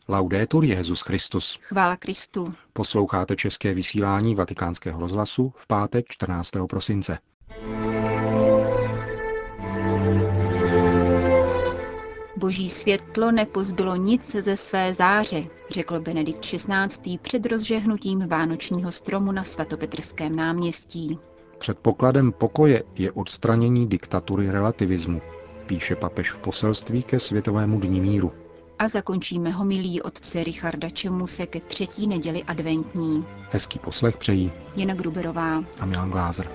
Laudetur Jesus Christus. Chvála Kristu. Posloucháte české vysílání Vatikánského rozhlasu v pátek 14. prosince. Boží světlo nepozbylo nic ze své záře, řekl Benedikt XVI. Před rozžehnutím vánočního stromu na svatopetrském náměstí. Předpokladem pokoje je odstranění diktatury relativismu, píše papež v poselství ke Světovému dni míru. A zakončíme homilí otce Richarda Čemuse ke 3. neděli adventní. Hezký poslech přejí Jana Gruberová a Milan Glázer.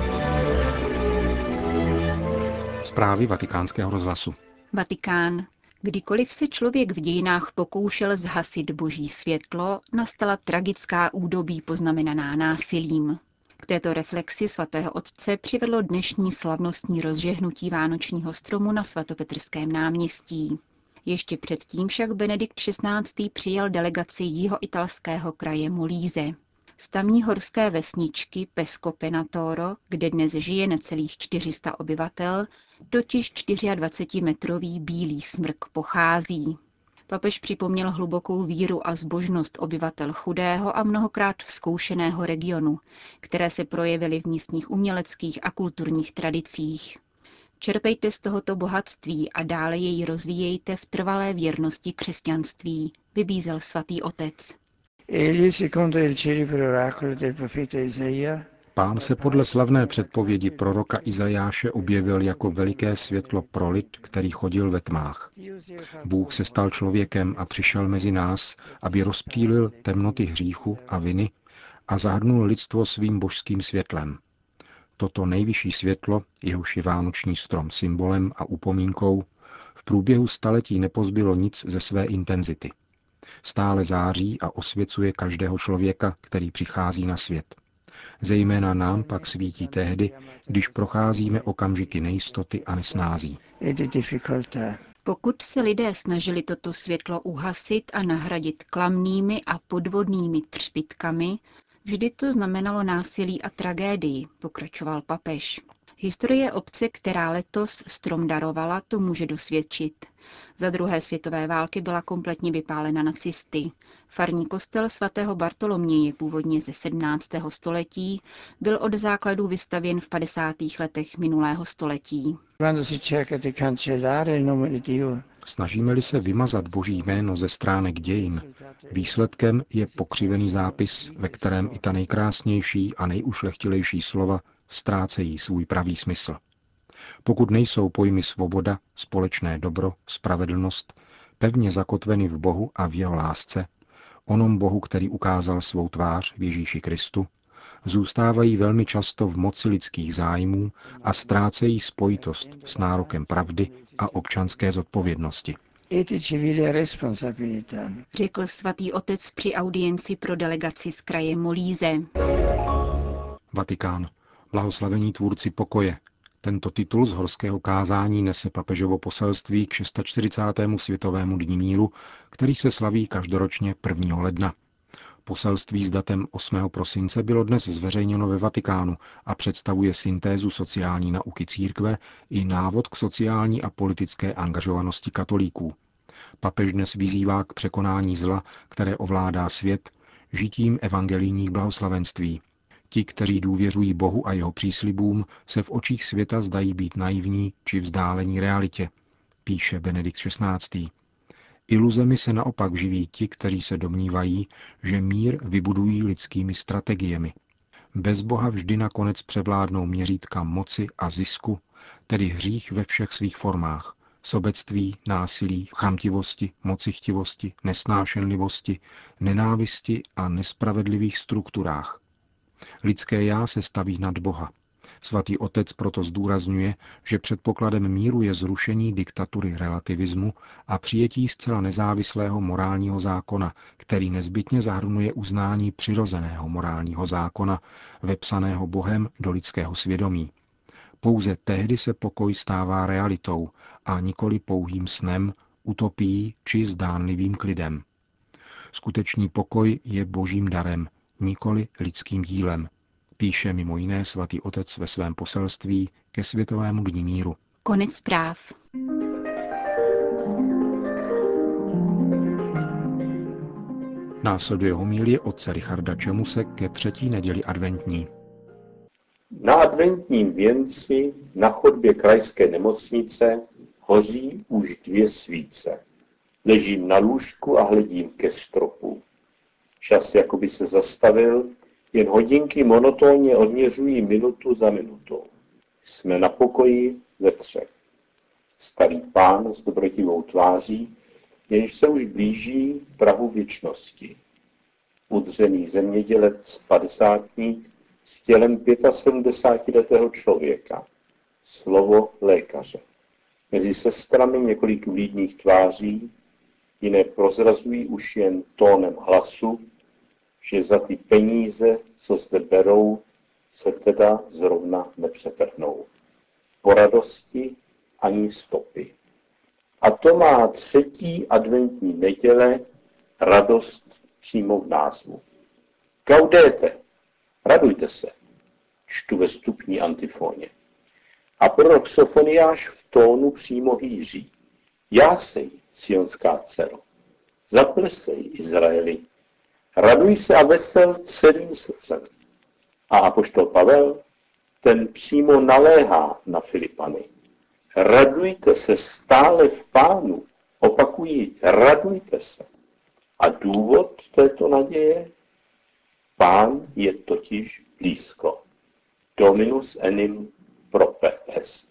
Zprávy Vatikánského rozhlasu. Vatikán. Kdykoliv se člověk v dějinách pokoušel zhasit boží světlo, nastala tragická údobí poznamenaná násilím. K této reflexi svatého otce přivedlo dnešní slavnostní rozžehnutí vánočního stromu na svatopetrském náměstí. Ještě předtím však Benedikt XVI. Přijal delegaci jihoitalského kraje Molise. Z tamní horské vesničky Pesco Penatoro, kde dnes žije necelých 400 obyvatel, totiž 24-metrový bílý smrk pochází. Papež připomněl hlubokou víru a zbožnost obyvatel chudého a mnohokrát vzkoušeného regionu, které se projevily v místních uměleckých a kulturních tradicích. Čerpejte z tohoto bohatství a dále jej rozvíjejte v trvalé věrnosti křesťanství, vybízel svatý otec. Pán se podle slavné předpovědi proroka Izajáše objevil jako veliké světlo pro lid, který chodil ve tmách. Bůh se stal člověkem a přišel mezi nás, aby rozptýlil temnoty hříchu a viny a zahrnul lidstvo svým božským světlem. Toto nejvyšší světlo, jehož je vánoční strom symbolem a upomínkou, v průběhu staletí nepozbylo nic ze své intenzity. Stále září a osvěcuje každého člověka, který přichází na svět. Zejména nám pak svítí tehdy, když procházíme okamžiky nejistoty a nesnází. Pokud se lidé snažili toto světlo uhasit a nahradit klamnými a podvodnými třpitkami, vždy to znamenalo násilí a tragédii, pokračoval papež. Historie obce, která letos strom darovala, to může dosvědčit. Za druhé světové války byla kompletně vypálena nacisty. Farní kostel svatého Bartoloměje, původně ze 17. století, byl od základů vystavěn v 50. letech minulého století. Snažíme-li se vymazat Boží jméno ze stránek dějin, výsledkem je pokřivený zápis, ve kterém i ta nejkrásnější a nejušlechtilejší slova ztrácejí svůj pravý smysl. Pokud nejsou pojmy svoboda, společné dobro, spravedlnost pevně zakotveny v Bohu a v jeho lásce, onom Bohu, který ukázal svou tvář v Ježíši Kristu, zůstávají velmi často v moci lidských zájmů a ztrácejí spojitost s nárokem pravdy a občanské zodpovědnosti. Řekl svatý otec při audienci pro delegaci z kraje Molise. Vatikán. Blahoslavení tvůrci pokoje. Tento titul z horského kázání nese papežovo poselství k 640. Světovému dni míru, který se slaví každoročně 1. ledna. Poselství s datem 8. prosince bylo dnes zveřejněno ve Vatikánu a představuje syntézu sociální nauky církve i návod k sociální a politické angažovanosti katolíků. Papež dnes vyzývá k překonání zla, které ovládá svět, žitím evangelijních blahoslavenství. Ti, kteří důvěřují Bohu a jeho příslibům, se v očích světa zdají být naivní či vzdálení realitě, píše Benedikt XVI. Iluzemi se naopak živí ti, kteří se domnívají, že mír vybudují lidskými strategiemi. Bez Boha vždy nakonec převládnou měřítka moci a zisku, tedy hřích ve všech svých formách. Sobectví, násilí, chamtivosti, mocichtivosti, nesnášenlivosti, nenávisti a nespravedlivých strukturách. Lidské já se staví nad Boha. Svatý otec proto zdůrazňuje, že předpokladem míru je zrušení diktatury relativismu a přijetí zcela nezávislého morálního zákona, který nezbytně zahrnuje uznání přirozeného morálního zákona, vepsaného Bohem do lidského svědomí. Pouze tehdy se pokoj stává realitou a nikoli pouhým snem, utopií či zdánlivým klidem. Skutečný pokoj je božím darem, nikoli lidským dílem, píše mimo jiné svatý otec ve svém poselství ke Světovému dni míru. Konec zpráv. Následuje homilie otce Richarda Čemuse ke 3. neděli adventní. Na adventním věnci na chodbě krajské nemocnice hoří už 2 svíce. Ležím na lůžku a hledím ke stropu. Čas jakoby se zastavil, jen hodinky monotónně odměřují minutu za minutou. Jsme na pokoji ve 3. Starý pán s dobrotivou tváří, jenž se už blíží prahu věčnosti. Udřený zemědělec, 50-tník, s tělem 75letého člověka. Slovo lékaře. Mezi sestrami několik vlídných tváří, jiné prozrazují už jen tónem hlasu, že za ty peníze, co zde berou, se teda zrovna nepřetrhnou. Po radosti ani stopy. A to má 3. adventní neděle radost přímo v názvu. Gaudete, radujte se, čtu ve vstupní antifóně. A prorok Sofoniáš v tónu přímo hýří. Jásej, sionská dcero, zaplesej, Izraeli, raduj se a vesel celým srdcem. A apoštol Pavel, ten přímo naléhá na Filipany. Radujte se stále v Pánu, opakují, radujte se. A důvod této naděje? Pán je totiž blízko. Dominus enim prope est.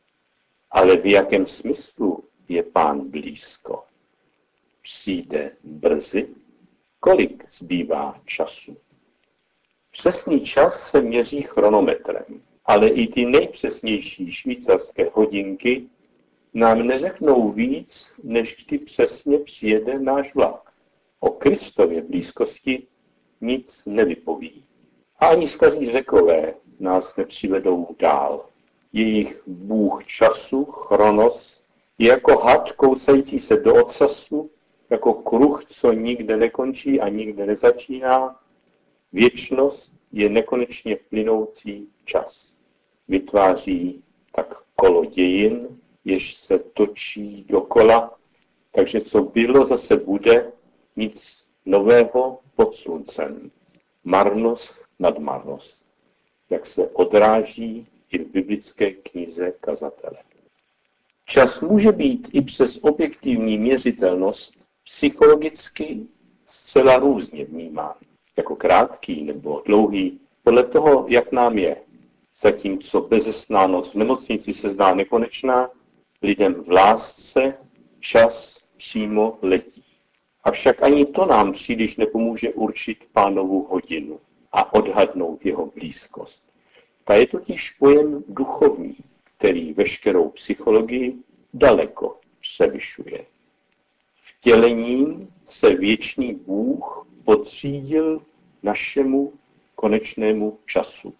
Ale v jakém smyslu je Pán blízko? Přijde brzy? Kolik zbývá času? Přesný čas se měří chronometrem, ale i ty nejpřesnější švýcarské hodinky nám neřeknou víc, než kdy přesně přijede náš vlak. O Kristově blízkosti nic nevypoví. A ani staří Řekové nás nepřivedou dál. Jejich bůh času, Chronos, je jako had kousající se do ocasu, jako kruh, co nikde nekončí a nikde nezačíná. Věčnost je nekonečně plynoucí čas. Vytváří tak kolo dějin, jež se točí dokola, takže co bylo, zase bude, nic nového pod sluncem. Marnost nad marnost, jak se odráží i v biblické knize Kazatele. Čas může být i přes objektivní měřitelnost psychologicky zcela různě vnímán, jako krátký nebo dlouhý, podle toho, jak nám je. Zatímco bezesná noc v nemocnici se zdá nekonečná, lidem v lásce čas přímo letí. Avšak ani to nám příliš nepomůže určit Pánovu hodinu a odhadnout jeho blízkost. Ta je totiž pojem duchovní, který veškerou psychologii daleko převyšuje. Vtělením se věčný Bůh podřídil našemu konečnému času.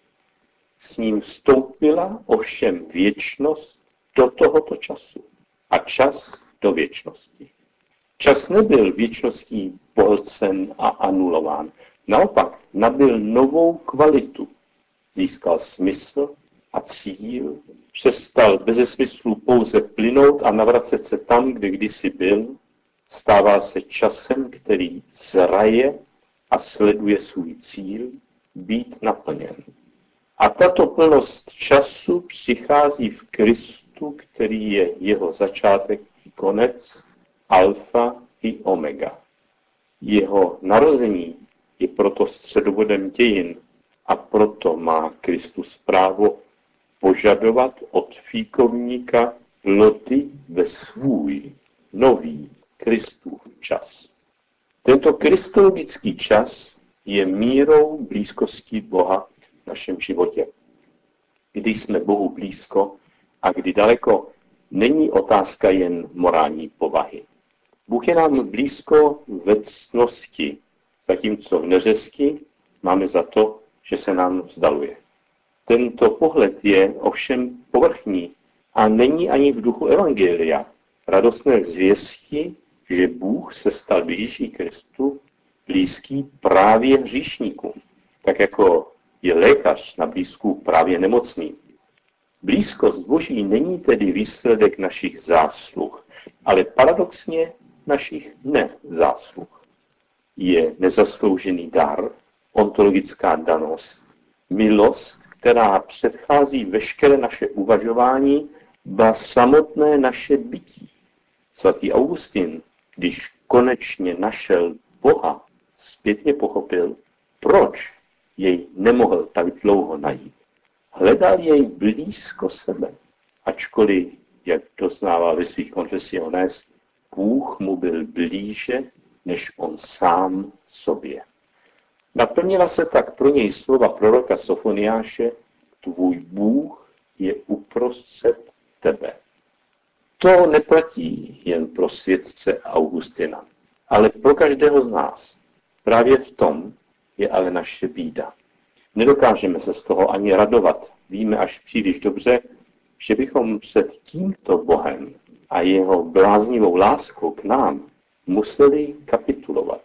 S ním vstoupila ovšem věčnost do tohoto času a čas do věčnosti. Čas nebyl věčností pohlcen a anulován. Naopak nabyl novou kvalitu. Získal smysl a cíl, přestal beze smyslu pouze plynout a navracet se tam, kde kdysi byl, stává se časem, který zraje a sleduje svůj cíl, být naplněn. A tato plnost času přichází v Kristu, který je jeho začátek i konec, alfa i omega. Jeho narození je proto středobodem dějin a proto má Kristus právo požadovat od fíkovníka plody ve svůj nový Kristův čas. Tento kristologický čas je mírou blízkosti Boha v našem životě. Kdy jsme Bohu blízko a kdy daleko, není otázka jen morální povahy. Bůh je nám blízko ve ctnosti, zatímco v neřesti máme za to, že se nám vzdaluje. Tento pohled je ovšem povrchní a není ani v duchu evangelia. Radostné zvěsti, že Bůh se stal v Ježíši Kristu blízký právě hříšníkům, tak jako je lékař na blízku právě nemocný. Blízkost Boží není tedy výsledek našich zásluh, ale paradoxně našich nezásluh. je nezasloužený dar, ontologická danost, milost, která předchází veškeré naše uvažování, ba samotné naše bytí. Svatý Augustin, když konečně našel Boha, zpětně pochopil, proč jej nemohl tak dlouho najít. Hledal jej blízko sebe, ačkoliv, jak doznával ve svých konfesiones, Bůh mu byl blíže, než on sám sobě. Naplnila se tak pro něj slova proroka Sofoniáše: tvůj Bůh je uprostřed tebe. To neplatí jen pro světce Augustina, ale pro každého z nás. Právě v tom je ale naše bída. Nedokážeme se z toho ani radovat. Víme až příliš dobře, že bychom před tímto Bohem a jeho bláznivou láskou k nám museli kapitulovat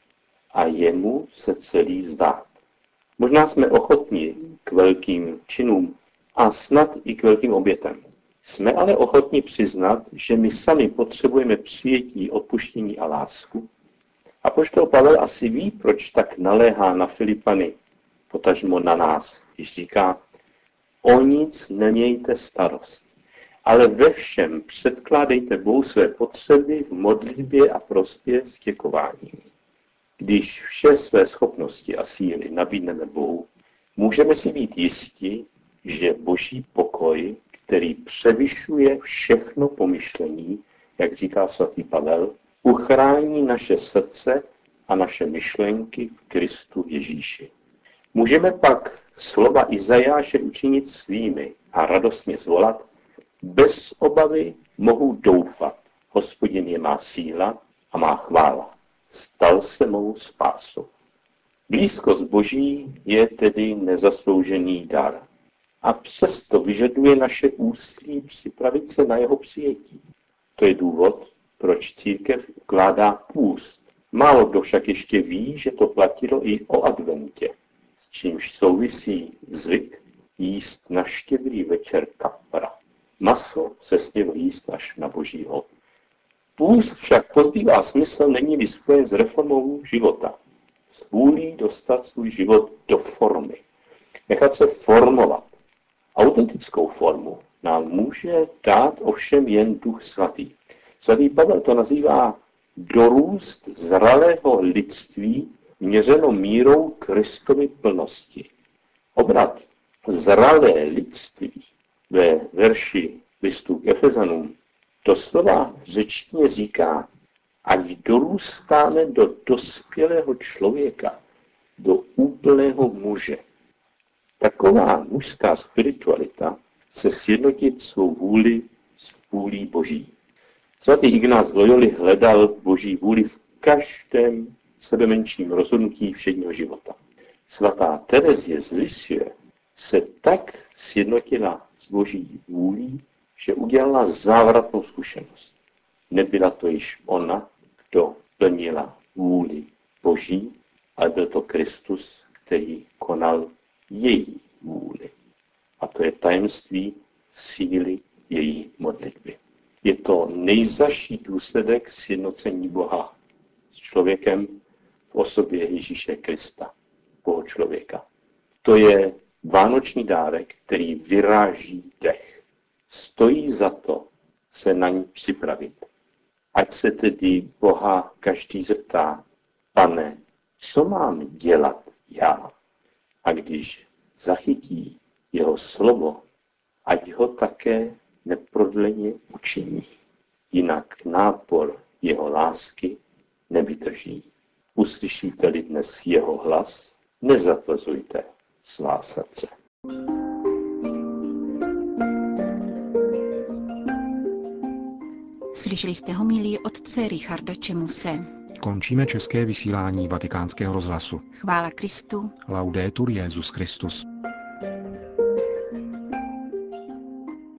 a jemu se celý vzdát. Možná jsme ochotni k velkým činům a snad i k velkým obětem. Jsme ale ochotni přiznat, že my sami potřebujeme přijetí, odpuštění a lásku. Apoštol Pavel asi ví, proč tak naléhá na Filipany, potažmo na nás, když říká: o nic nemějte starost, ale ve všem předkládejte Bohu své potřeby v modlitbě a prosbě s děkováním. Když vše své schopnosti a síly nabídneme Bohu, můžeme si být jisti, že Boží pokoj, který převyšuje všechno pomyšlení, jak říká svatý Pavel, uchrání naše srdce a naše myšlenky v Kristu Ježíši. Můžeme pak slova Izajáše učinit svými a radostně zvolat: bez obavy mohu doufat, Hospodin je má síla a má chvála. Stal se mou spásou. Blízkost Boží je tedy nezasloužený dar. A přesto vyžaduje naše úsilí připravit se na jeho přijetí. To je důvod, proč církev ukládá půst. Málo kdo však ještě ví, že to platilo i o adventě, s čímž souvisí zvyk jíst na Štědrý večer kapra. Maso se smělo jíst až na Boží hod. Půst však pozbývá smysl, není-li spojen s reformou života. S vůlí dostat svůj život do formy. Nechat se formovat. Autentickou formu nám může dát ovšem jen Duch Svatý. Svatý Pavel to nazývá dorůst zralého lidství měřeno mírou Kristovy plnosti. Obrat zralé lidství ve verši listu k Efezanům doslova v řečtině říká: ať dorůstáme do dospělého člověka, do úplného muže. Taková mužská spiritualita chce sjednotit svou vůli s vůlí Boží. Svatý Ignác z Loyoli hledal Boží vůli v každém sebemenším rozhodnutí všedního života. Svatá Terezie z Lisie se tak sjednotila s Boží vůlí, že udělala závratnou zkušenost. Nebyla to již ona, kdo plnila vůli Boží, ale byl to Kristus, který konal její vůli. A to je tajemství síly její modlitby. Je to nejzazší důsledek sjednocení Boha s člověkem v osobě Ježíše Krista, Boha člověka. To je vánoční dárek, který vyráží dech. Stojí za to se na ní připravit. Ať se tedy Boha každý zeptá: Pane, co mám dělat já? A když zachytí jeho slovo, ať ho také neprodleně učiní. Jinak nápor jeho lásky nevydrží. Uslyšíte-li dnes jeho hlas, nezatvrzujte svá srdce. Slyšeli jste homilii otce Richarda Čemuse. Končíme české vysílání Vatikánského rozhlasu. Chvála Kristu. Laudetur Jesus Christus.